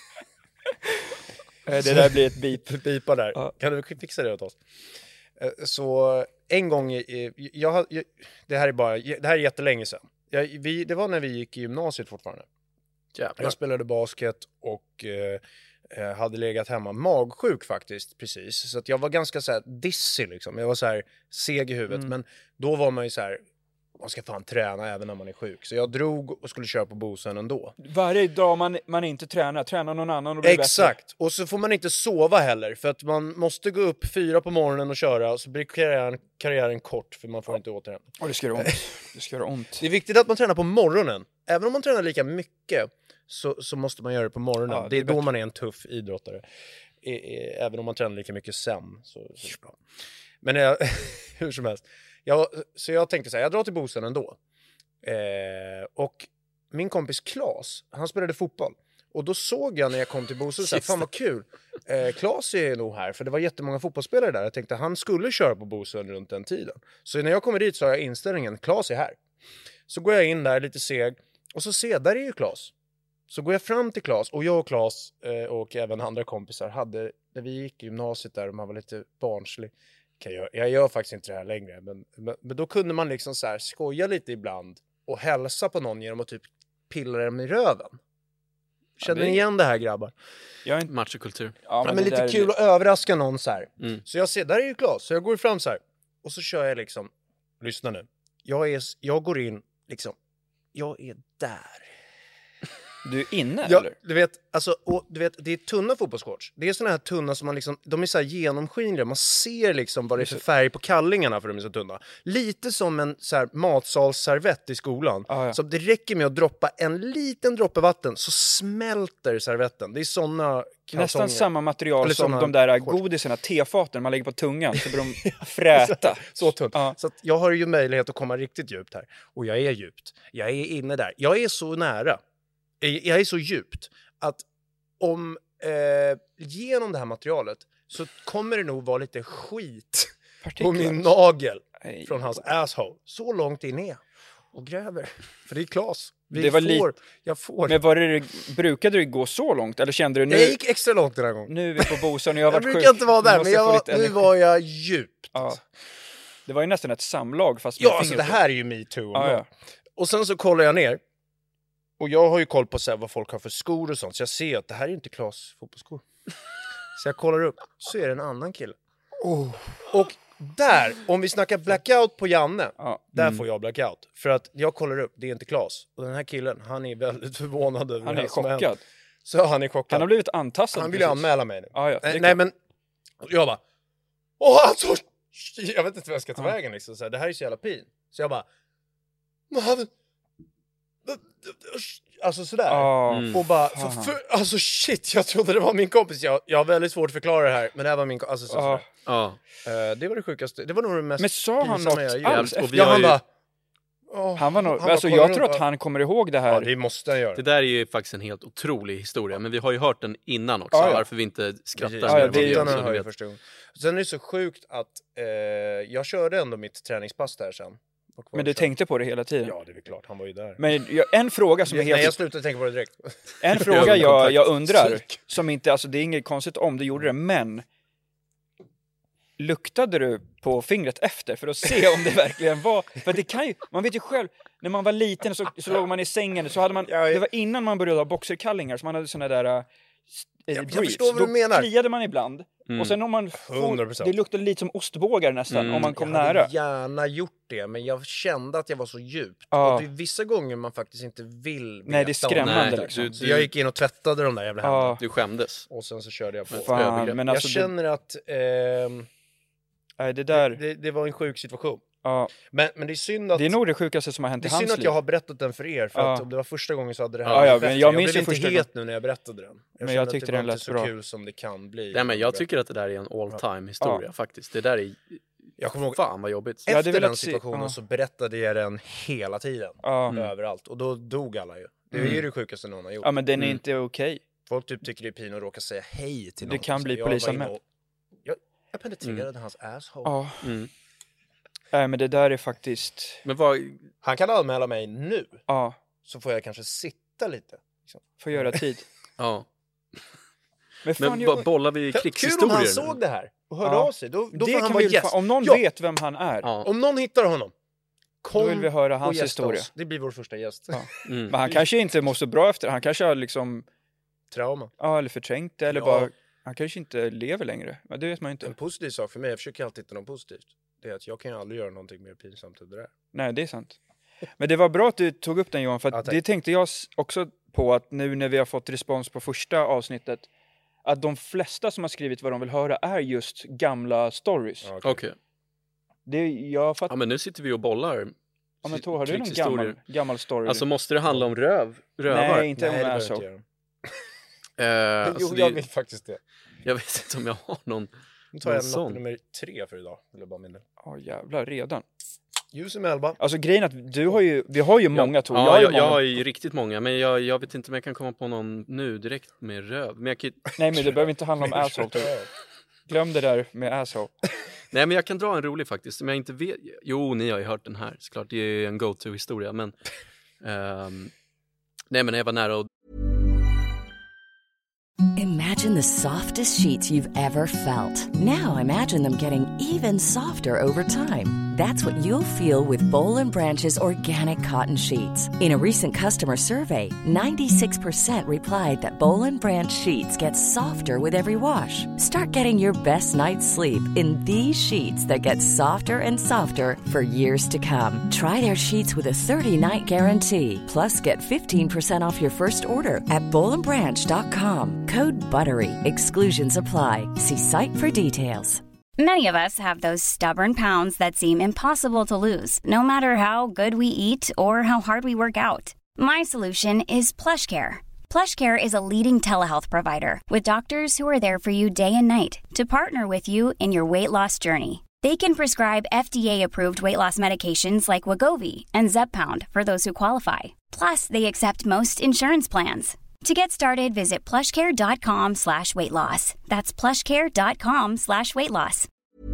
Eh, det där blir ett beep. Bipa där. Ja. Kan du fixa det åt oss? Eh, Så en gång, i- jag, har- jag, det här är bara, det här är jättelänge sedan. Jag, vi, det var när vi gick i gymnasiet fortfarande. Jävlar. Jag spelade basket och eh, hade legat hemma magsjuk faktiskt precis. Så att jag var ganska så här dissig liksom. Jag var så här seg i huvudet. Mm. Men då var man ju så här, man ska fan träna även när man är sjuk. Så jag drog och skulle köra på Bosön ändå. Varje dag man, man inte tränar, tränar någon annan och blir Exakt, och så får man inte sova heller. För att man måste gå upp fyra på morgonen och köra. Och så blir karriären, karriären kort för man får inte återhämta. bättre. Och det ska göra ont. Det ska göra ont. Det är viktigt att man tränar på morgonen. Även om man tränar lika mycket så, så måste man göra det på morgonen. Ja, det, det är är då bättre. man är en tuff idrottare. E, e, även om man tränar lika mycket sen. Så, så är det bra. Men jag, hur som helst. Jag, så jag tänkte så här, jag drar till Bosön ändå. Eh, och min kompis Klas, han spelade fotboll. Och då såg jag när jag kom till Bosön, så här, fan vad kul. Eh, Klas är nog här, för det var jättemånga fotbollsspelare där. Jag tänkte han skulle köra på Bosön runt den tiden. Så när jag kommer dit så har jag inställningen, Klas är här. Så går jag in där lite seg. Och så ser jag, där är ju Klas. Så går jag fram till Klas. Och jag och Klas eh, och även andra kompisar hade, när vi gick i gymnasiet där och man var lite barnslig. Jag gör, jag gör faktiskt inte det här längre. Men, men, men då kunde man liksom så här skoja lite ibland. Och hälsa på någon genom att typ pilla dem i röven. Känner ni igen det här, grabbar? Jag är inte machokultur. Ja, men, ja, men lite kul att överraska någon så här. Mm. Så jag ser, där är ju Claes. Så jag går fram så här. Och så kör jag liksom, lyssna nu. Jag, är, jag går in liksom, jag är där. Du är inne, ja, eller? Du vet, alltså, och, du vet, det är tunna fotbollsshorts. Det är såna här tunna som man liksom, de är så här genomskinliga. Man ser liksom vad det är för färg på kallingarna för de är så tunna. Lite som en så här matsalsservett i skolan. Ah, ja. Så det räcker med att droppa en liten droppe vatten så smälter servetten. Det är såna kalsonger. Nästan samma material som de där godisarna, tefaten man lägger på tungan så blir de fräta. så tunt. Ah. Så att jag har ju möjlighet att komma riktigt djupt här. Och jag är djupt. Jag är inne där. Jag är så nära. Jag är så djupt att om eh, genom det här materialet så kommer det nog vara lite skit Partiklar. På min nagel Ej. Från hans asshole. Så långt in är jag och gräver. För det är Claes. Vi det var får, li- jag får. Men var det, brukade du gå så långt? Eller kände du nu? Jag gick extra långt den här gången. Nu är vi på Bosan och jag har varit sjuk. Jag brukar inte vara där, men jag var, nu var jag djupt. Ja. Det var ju nästan ett samlag fast med ja, alltså det här är ju me too. Ah, ja. Och sen så kollar jag ner. Och jag har ju koll på så här, vad folk har för skor och sånt. Så jag ser att det här är inte Claes fotbollsskor. Så jag kollar upp. Så är det en annan kille. Oh. Och där, om vi snackar blackout på Janne. Ja. Där mm. får jag blackout. För att jag kollar upp, det är inte Claes. Och den här killen, han är väldigt förvånad över han är chockad. Så han är chockad. Han har blivit antastad. Han vill ju anmäla mig nu. Ah, ja, nej, nej men, jag bara. Åh, alltså. Jag vet inte vad jag ska ta ah. vägen liksom. Så här, det här är så jävla pin. Så jag bara. Men han... Alltså sådär. Oh, och bara, för, för, alltså shit, jag trodde det var min kompis. Jag, jag har väldigt svårt att förklara det här. Men det här var min kompis. Alltså, så, oh. uh, det var det sjukaste. Det var nog det mest. Men sa han något alls? Och vi ja, han ju... bara... Oh, han var nog, han alltså jag tror att han kommer ihåg det här. Ja, det måste han göra. Det där är ju faktiskt en helt otrolig historia. Men vi har ju hört den innan också. Ah, ja. Varför vi inte skrattar. Ja, ja, det är ju den här första gången. Sen är det så sjukt att eh, jag körde ändå mitt träningspass där sen. Men du tänkte på det hela tiden? Ja, det är klart. Han var ju där. Men jag, en fråga som är helt... Nej, jag slutade tänka på det direkt. En fråga jag, jag undrar, som inte, alltså det är inget konstigt om du gjorde det, men luktade du på fingret efter för att se om det verkligen var... För det kan ju, man vet ju själv, när man var liten så, så låg man i sängen, så hade man, det var innan man började ha boxerkallingar, så man hade såna där... Jag, jag förstår vad du menar. Då kliade man ibland. Mm. Och sen om man får, det luktade lite som ostbågar nästan mm. om man kom jag nära. Jag hade gärna gjort det, men jag kände att jag var så djupt. Ah. Och det är vissa gånger man faktiskt inte vill veta. Nej, det är skrämmande. Liksom. Du, du, så jag gick in och tvättade de där jävla händerna. Ah. Du skämdes. Och sen så körde jag på Fan, övergrepp. Men alltså jag känner det... att eh, Nej, det, där... det, det, det var en sjuk situation. Ja. Men, men det är synd att... Det är nog det sjukaste som har hänt i hans liv. Det är synd att jag har berättat den för er. För ja. Att om det var första gången så hade det här... Ja, ja, men jag, jag minns blev inte första het nu när jag berättade den. Jag men jag tyckte det den lät så bra. Kul som det kan bli. Nej, men jag tycker att det där är en all time historia ja. Faktiskt. Det där är... Jag kommer ihåg... Fan vad jobbigt. Efter ja, den situationen ja. Så berättade jag den hela tiden. Ja. Överallt. Och då dog alla ju. Det är mm. ju det sjukaste någon har gjort. Ja, men den är mm. inte okej. Okay. Folk typ tycker det är pin att råka säga hej till någon. Det kan bli polisanmäld. Jag, jag penetrerade mm. hans asshole. Ja. Mm. Nej, men det där är faktiskt... Men vad... Han kan anmäla mig nu. Ja. Så får jag kanske sitta lite. Liksom. Får göra tid. Ja. Men, men jag... bollar vi krigshistorier? Kul om han såg det här och hörde ja. Av sig. Då, då får han vara gäst. Om någon ja. vet vem han är. Ja. Om någon hittar honom. Kom då vill vi höra hans historia. Oss. Det blir vår första gäst. Ja. Mm. Men han kanske inte mår så bra efter. Han kanske har liksom... Trauma. Ja, eller förträngt det. Eller ja. Bara... Han kanske inte lever längre. Men det vet man inte. En positiv sak för mig. Jag försöker alltid hitta något positivt. Det är att jag kan ju aldrig göra någonting mer pinsamt än det där. Nej, det är sant. Men det var bra att du tog upp den, Johan. För att ja, det tänkte jag också på, att nu när vi har fått respons på första avsnittet, att de flesta som har skrivit vad de vill höra är just gamla stories. Okej. Okay. Okay. Det, jag fatt... Ja, men nu sitter vi och bollar. Ja, men Tor, har du någon gammal, gammal story? Alltså måste det handla om röv? Rövar? Nej, inte om alltså. uh, alltså jo, jag vet faktiskt det. Jag vet inte om jag har någon. Nu tar jag något nummer tre för idag. Vill jag bara minna. Ja, oh, jävlar, redan. Ljus i Melba. Alltså grejen att du har ju, vi har ju många Tor. Ja, jag, jag, jag har ju riktigt många. Men jag, jag vet inte om jag kan komma på någon nu direkt med röv. Men jag kan... Nej, men det behöver inte handla om asshole. Glöm det där med asshole. Nej, men jag kan dra en rolig faktiskt. Som jag inte vet. Jo, ni har ju hört den här. Såklart, det är en go-to-historia. Men... Um... Nej, men jag var nära och... Imagine the softest sheets you've ever felt. Now imagine them getting even softer over time. That's what you'll feel with Boll and Branch's organic cotton sheets. In a recent customer survey, ninety-six percent replied that Boll and Branch sheets get softer with every wash. Start getting your best night's sleep in these sheets that get softer and softer for years to come. Try their sheets with a thirty-night guarantee. Plus, get fifteen percent off your first order at boll and branch dot com. Code BUTTERY. Exclusions apply. See site for details. Many of us have those stubborn pounds that seem impossible to lose, no matter how good we eat or how hard we work out. My solution is PlushCare. PlushCare is a leading telehealth provider with doctors who are there for you day and night to partner with you in your weight loss journey. They can prescribe F D A-approved weight loss medications like Wegovy and Zepbound for those who qualify. Plus, they accept most insurance plans. To get started, visit plushcare.com slash weight loss. That's plushcare.com slash weight loss.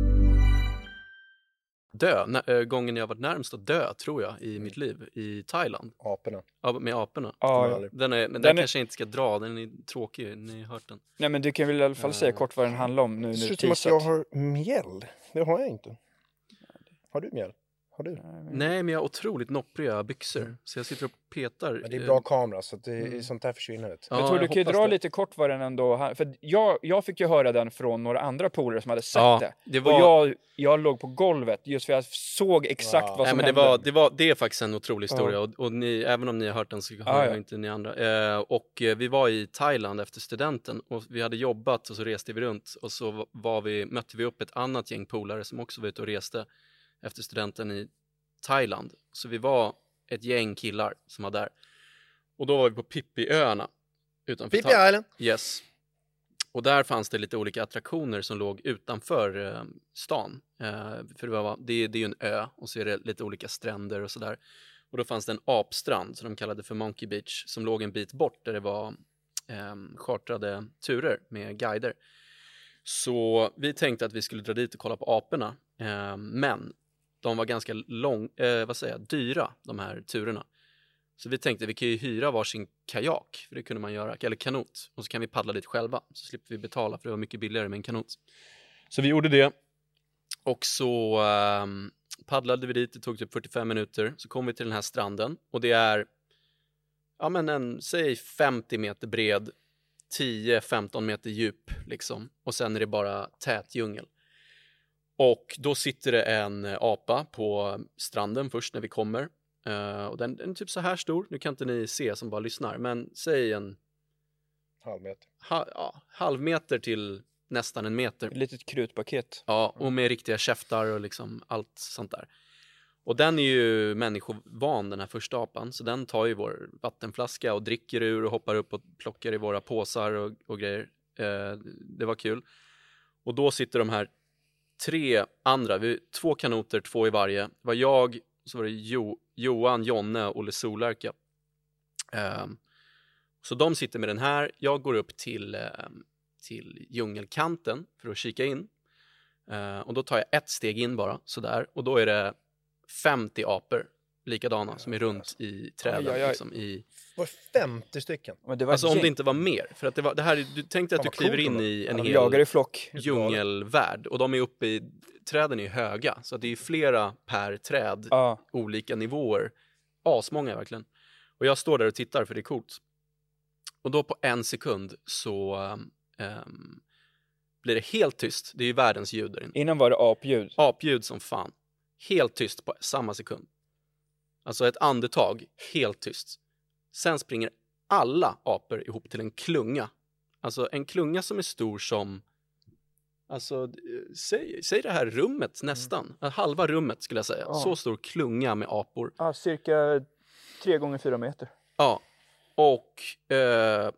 Dö, N- gången jag varit närmast att dö, tror jag, i mitt liv, i Thailand. Aporna. Ja, med aporna. Ja, den är, men den, den kanske är... inte ska dra, den är tråkig, ni har hört den. Nej, men du kan väl i alla fall säga kort vad den handlar om nu när du teasat. Att jag har mjäll, det har jag inte. Har du mjäll? Har du? Nej, men jag har otroligt noppriga byxor. Mm. Så jag sitter och petar. Men det är bra kamera, så att det är mm. sånt här försvinner det. Ja, jag tror du kan ju dra det. lite kort vad den ändå... För jag, jag fick ju höra den från några andra polare som hade sett ja, det. det var... Och jag, jag låg på golvet just för jag såg exakt wow. vad som Nej, men hände. Det, var, det, var, det är faktiskt en otrolig historia. Ja. Och, och ni, även om ni har hört den så har ja, jag ja. inte ni andra. Eh, och eh, vi var i Thailand efter studenten. Och vi hade jobbat och så reste vi runt. Och så var vi, mötte vi upp ett annat gäng polare som också var ute och reste efter studenten i Thailand. Så vi var ett gäng killar som var där. Och då var vi på Phi-Phi-öarna utanför Phi-Phi Island. Yes. Och där fanns det lite olika attraktioner som låg utanför eh, stan. Eh, för det, var, det, det är ju en ö och så är det lite olika stränder och sådär. Och då fanns det en apstrand som de kallade för Monkey Beach som låg en bit bort där det var eh, chartrade turer med guider. Så vi tänkte att vi skulle dra dit och kolla på aporna. Eh, men de var ganska lång, eh, vad säger jag, dyra, de här turerna. Så vi tänkte vi kan ju hyra varsin kajak, för det kunde man göra, eller kanot. Och så kan vi paddla dit själva, så slipper vi betala, för det var mycket billigare med en kanot. Så vi gjorde det. Och så eh, paddlade vi dit, det tog typ fyrtiofem minuter. Så kom vi till den här stranden. Och det är, ja men en, säg femtio meter bred, tio femton meter djup liksom. Och sen är det bara tät djungel. Och då sitter det en apa på stranden först när vi kommer. Uh, och den, den är typ så här stor. Nu kan inte ni se som bara lyssnar. Men säg en... Halv meter. Ha, ja, halv meter till nästan en meter. Ett litet krutpaket. Ja, och med riktiga käftar och liksom allt sånt där. Och den är ju människovan, den här första apan. Så den tar ju vår vattenflaska och dricker ur och hoppar upp och plockar i våra påsar och, och grejer. Uh, det var kul. Och då sitter de här tre andra, vi, två kanoter, två i varje. Det var jag, så var det jo, Johan, Jonne och Olle Solärka. Um, så de sitter med den här. Jag går upp till, um, till djungelkanten för att kika in. Uh, och då tar jag ett steg in bara, sådär. Och då är det femtio apor, likadana, som är runt i träden. Aj, aj, aj. Liksom, i... Var femtio stycken? Det var alltså gäng. Om det inte var mer. För att det, var, det här, du tänkte att du kliver in i en hel jagar i flock. djungelvärld. Och de är uppe i, träden är höga. Så det är flera per träd, ah. olika nivåer. Asmånga verkligen. Och jag står där och tittar för det är coolt. Och då på en sekund så um, blir det helt tyst. Det är ju världens ljud där inne. Innan var det apljud. Apljud som fan. Helt tyst på samma sekund. Alltså ett andetag, helt tyst. Sen springer alla apor ihop till en klunga. Alltså en klunga som är stor som... Alltså, säg, säg det här rummet nästan. Mm. Halva rummet skulle jag säga. Ja. Så stor klunga med apor. Ja, cirka tre gånger fyra meter. Ja, och eh,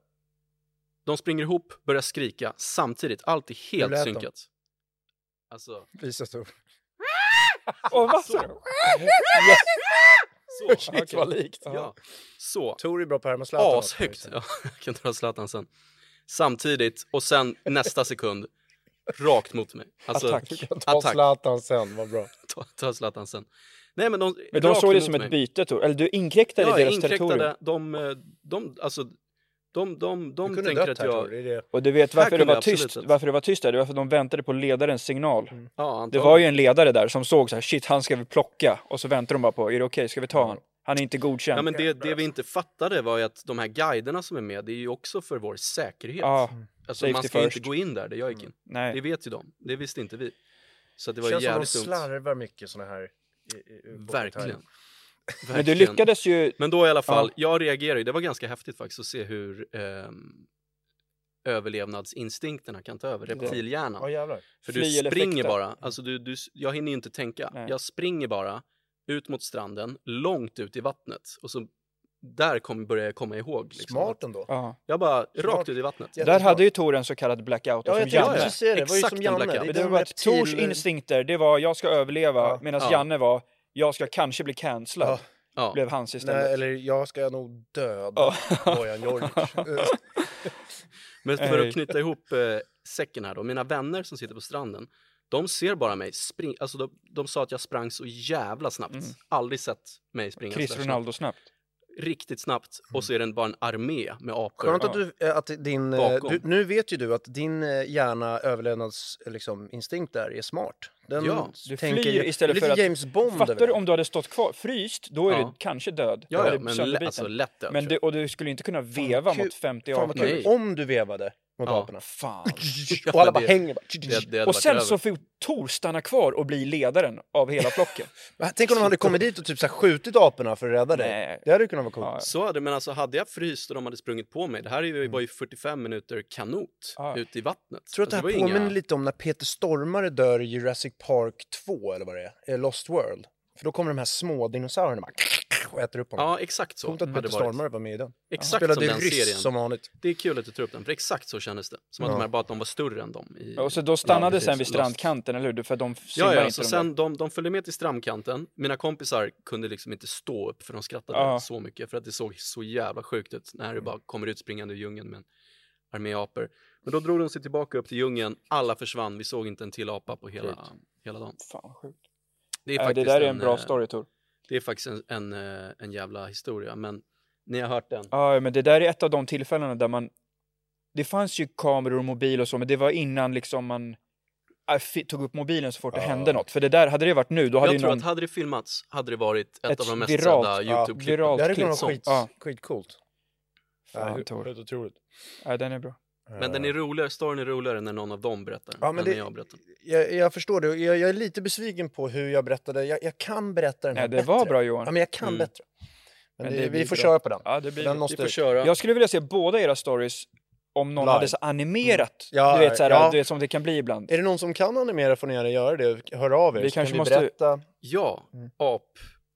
de springer ihop, börjar skrika samtidigt. Allt är helt synkat. Alltså... Visa stor. Åh, vad så? Så, shit, okay. Vad likt. Ja. Så. Tor är bra på härma Zlatan. Ashögt. Ja, jag kan dra Zlatan sen. Samtidigt, och sen nästa sekund, rakt mot mig. Alltså, attack. Ta Zlatan sen, vad bra. Ta, ta Zlatan sen. Nej, men de, men de såg det som mig. Ett byte, Tor. Eller du inkräktade ja, deras inkräktade, territorium. De, de, alltså, De, de, de tänker att jag... Det det. Och du vet varför det var tyst, varför det var tyst där? Det var för att de väntade på ledarens signal. Mm. Ja, det var ju en ledare där som såg så här, shit, han ska vi plocka. Och så väntade de bara på, är det okej, okay? Ska vi ta mm. han? Han är inte godkänd. Ja, men det, det vi inte fattade var ju att de här guiderna som är med, det är ju också för vår säkerhet. Ja, alltså man ska first. inte gå in där, det gör jag inte. Mm. Nej. Det vet ju de, det visste inte vi. Så det var känns jävligt som de slarvar mycket såna här... I, i, Verkligen. Verkligen. Men du lyckades ju... Men då i alla fall, ja. jag reagerar ju, det var ganska häftigt faktiskt att se hur eh, överlevnadsinstinkterna kan ta över reptilhjärnan. Ja, för du springer bara, alltså du, du, jag hinner ju inte tänka. Nej. Jag springer bara ut mot stranden, långt ut i vattnet. Och så där kom, började jag komma ihåg. Liksom. Smart ändå. Ja. Jag bara Smart. rakt ut i vattnet. Där hade ju Tor en så kallad blackout. Ja, jag som Janne. Ja, det. Det var ju som Janne. Det, det, det var att Tors instinkter, det var jag ska överleva. Ja. Medan ja. Janne var, jag ska kanske bli cancellad. Ja. Ja. Blev hans istället. Nej, eller jag ska nog döda Bojan Djordjic. Men för att knyta ihop eh, säcken här då. Mina vänner som sitter på stranden, de ser bara mig springa. Alltså de, de sa att jag sprang så jävla snabbt. Mm. Aldrig sett mig springa Chris så Ronaldo snabbt. Riktigt snabbt. Mm. Och så är det bara en armé med apor. Skönt att, du, att din... Du, nu vet ju du att din hjärna överlevnads liksom, instinkt där är smart. Den ja, du flyr istället för att... James Bond. Fattar du om du hade stått kvar fryst, då är ja. du kanske död. Ja, ja men l- alltså lätt död. Men du, och du skulle inte kunna veva fan, mot femtio apor. Om du vevade mot ja, aporna. Fan. Och alla bara hänger. Det, det och sen så får Tor stanna kvar och bli ledaren av hela flocken. Tänk om de hade kommit dit och typ så här skjutit aporna för att rädda dig. Nej. Det hade kunnat vara coolt. Ja. Så hade, men alltså hade jag fryst och de hade sprungit på mig. Det här är ju, var ju fyrtiofem minuter kanot ja. ute i vattnet. Tror du att alltså, det här påminner inga... lite om när Peter Stormare dör i Jurassic Park två eller vad det är? Lost World. För då kommer de här små dinosaurierna bara och äter upp honom. Ja, exakt så. Coolt att Peter Stormare var med i den. Exakt ja. som den serien. Som vanligt. Det är kul att du tar upp den, för exakt så kändes det. Som att ja. de här bara att de var större än dem. I... Och så då stannade ja, sen vid strandkanten, eller hur? För de ja, ja, inte så de sen de, de följde med till strandkanten. Mina kompisar kunde liksom inte stå upp för de skrattade ja. så mycket. För att det såg så jävla sjukt ut när det bara kommer ut springande i djungeln med en armé apor. Men då drog de sig tillbaka upp till djungeln. Alla försvann. Vi såg inte en till apa på hela, hela dagen. Fan, sjukt. Det, är äh, det där är en, en bra story, Tor. Det är faktiskt en, en, en jävla historia. Men ni har hört den. Ja, men det där är ett av de tillfällena där man... Det fanns ju kameror och mobil och så, men det var innan liksom man äh, tog upp mobilen så fort det ja. hände något. För det där, hade det varit nu, då hade Jag tror någon... att hade det filmats, hade det varit ett, ett av de mest viralt, sedda YouTube-klippen. Ja, det hade kunnat vara skit, ja. skitcoolt. Fan, ja, helt otroligt. Ja, den är bra. Men den är roligare, storyn är roligare när någon av dem berättar. Ja, men det, det, jag berättar. Jag, jag förstår det. Jag, jag är lite besviken på hur jag berättade. Jag, jag kan berätta den här ja, det bättre. var bra, Johan. Ja, men jag kan mm. bättre. Men, men det, det vi får bra. köra på den. Ja, det blir den måste... vi får köra. Jag skulle vilja se båda era stories om någon Live. hade så animerat. Mm. Ja, du vet, så här, ja. du vet, som det kan bli ibland. Är det någon som kan animera får ni gärna göra det. Hör av er. Vi så kanske kan vi måste... berätta. Ja, mm. ap.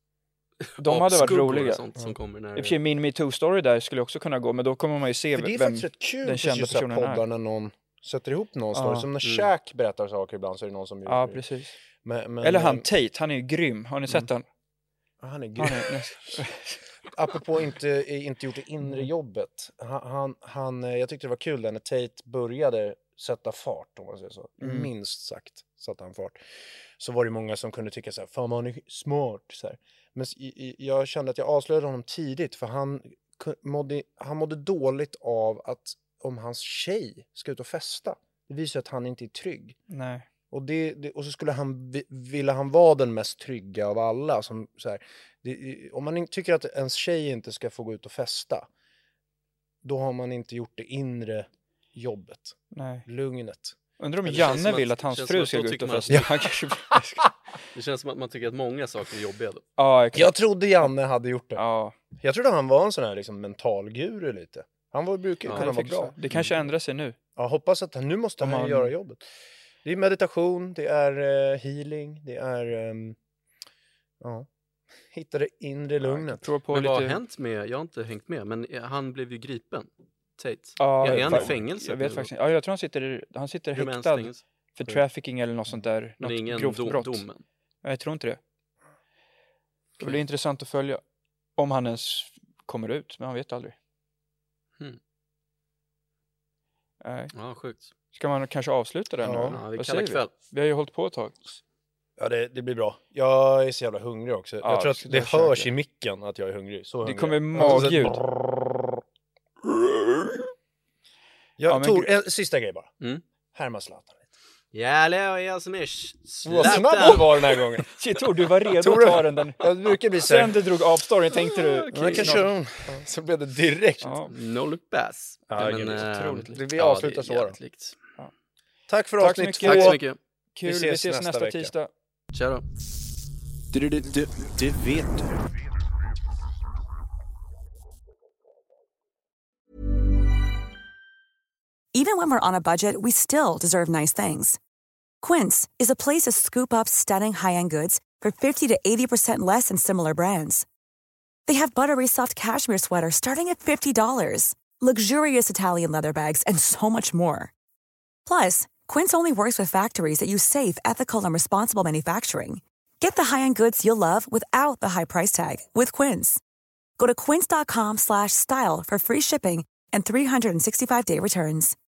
De hade varit roliga. Sånt som kommer när... I och för sig, min Me Too-story där skulle också kunna gå, men då kommer man ju se för det är vem faktiskt rätt kul den kända personen poddar är. När någon sätter ihop någon story. Ja. Som när Mm. Shaq berättar saker ibland så är det någon som... Ja, gör... precis. Men, men, Eller han Tate, han är ju grym. Har ni sett mm. han? Han är grym. Han är... Apropå inte, inte gjort det inre jobbet. Han, han, han, jag tyckte det var kul där när Tate började sätta fart, om man säger så. Mm. Minst sagt satte han fart. Så var det många som kunde tycka så här, fan han är smart. Så här. Men jag kände att jag avslöjade honom tidigt, för han mådde, han mådde dåligt av att om hans tjej ska ut och festa. Det visar att han inte är trygg. Nej. Och, det, det, och så skulle han, ville han vara den mest trygga av alla. Som, så här, det, om man tycker att ens tjej inte ska få gå ut och festa, då har man inte gjort det inre jobbet. Nej. Lugnet. Undrar om Janne vill att, att hans fru ska gå ut och festa. Ja. Han kanske... Det känns som att man tycker att många saker är jobbiga då. Ja, exakt. Jag trodde Janne hade gjort det. Ja. Jag trodde han var en sån här liksom, mental guru lite. Han var, brukar ja, kunna vara bra. Det kanske ändrar sig nu. Ja, hoppas att han, nu måste han man... göra jobbet. Det är meditation, det är uh, healing, det är um, ja, hitta det inre lugnet. Ja, på men lite... vad har hänt med, jag har inte hängt med, men han blev ju gripen, Tate. Ja, är han i fängelse? Jag vet faktiskt inte. Ja, jag tror han sitter, han sitter häktad för trafficking eller något sånt där. Men något ingen grovt dom, brott. domen? Jag tror inte det. Det blir intressant att följa om han ens kommer ut, men han vet aldrig. Hmm. Nej. Ja, sjukt. Ska man kanske avsluta den? Ja, ja vi kallar kväll. Vi? vi har ju hållit på ett tag. Ja, det, det blir bra. Jag är så jävla hungrig också. Ja, jag tror att det hörs i micken att jag är hungrig. Så det hungrig. kommer magljud. Jag Ja, men tog gud. en sista grej bara. Mm. Härma Zlatan lite. Jävlar vad jag som är Vad snabb du var den här gången. Shit, Tor, du var redo Tror att du? ta den. den. Jag brukar bli så Sen här. du drog av storyn tänkte du... Ja, jag kan köra hon. Så blev det direkt. Ja. No look bass. Ja, men, det är eh, otroligt likt. Vi avslutar ja, så det är då. jävligt likt. Tack för Tack så avsnitt mycket. två. Tack så mycket. Kul, vi Vi ses, ses nästa nästa vecka. tisdag. Tja då. Det, det, det, det vet du. Even when we're on a budget, we still deserve nice things. Quince is a place to scoop up stunning high-end goods for fifty to eighty percent less than similar brands. They have buttery soft cashmere sweaters starting at fifty dollars, luxurious Italian leather bags, and so much more. Plus, Quince only works with factories that use safe, ethical, and responsible manufacturing. Get the high-end goods you'll love without the high price tag with Quince. Go to quince.com slash style for free shipping and three sixty-five day returns.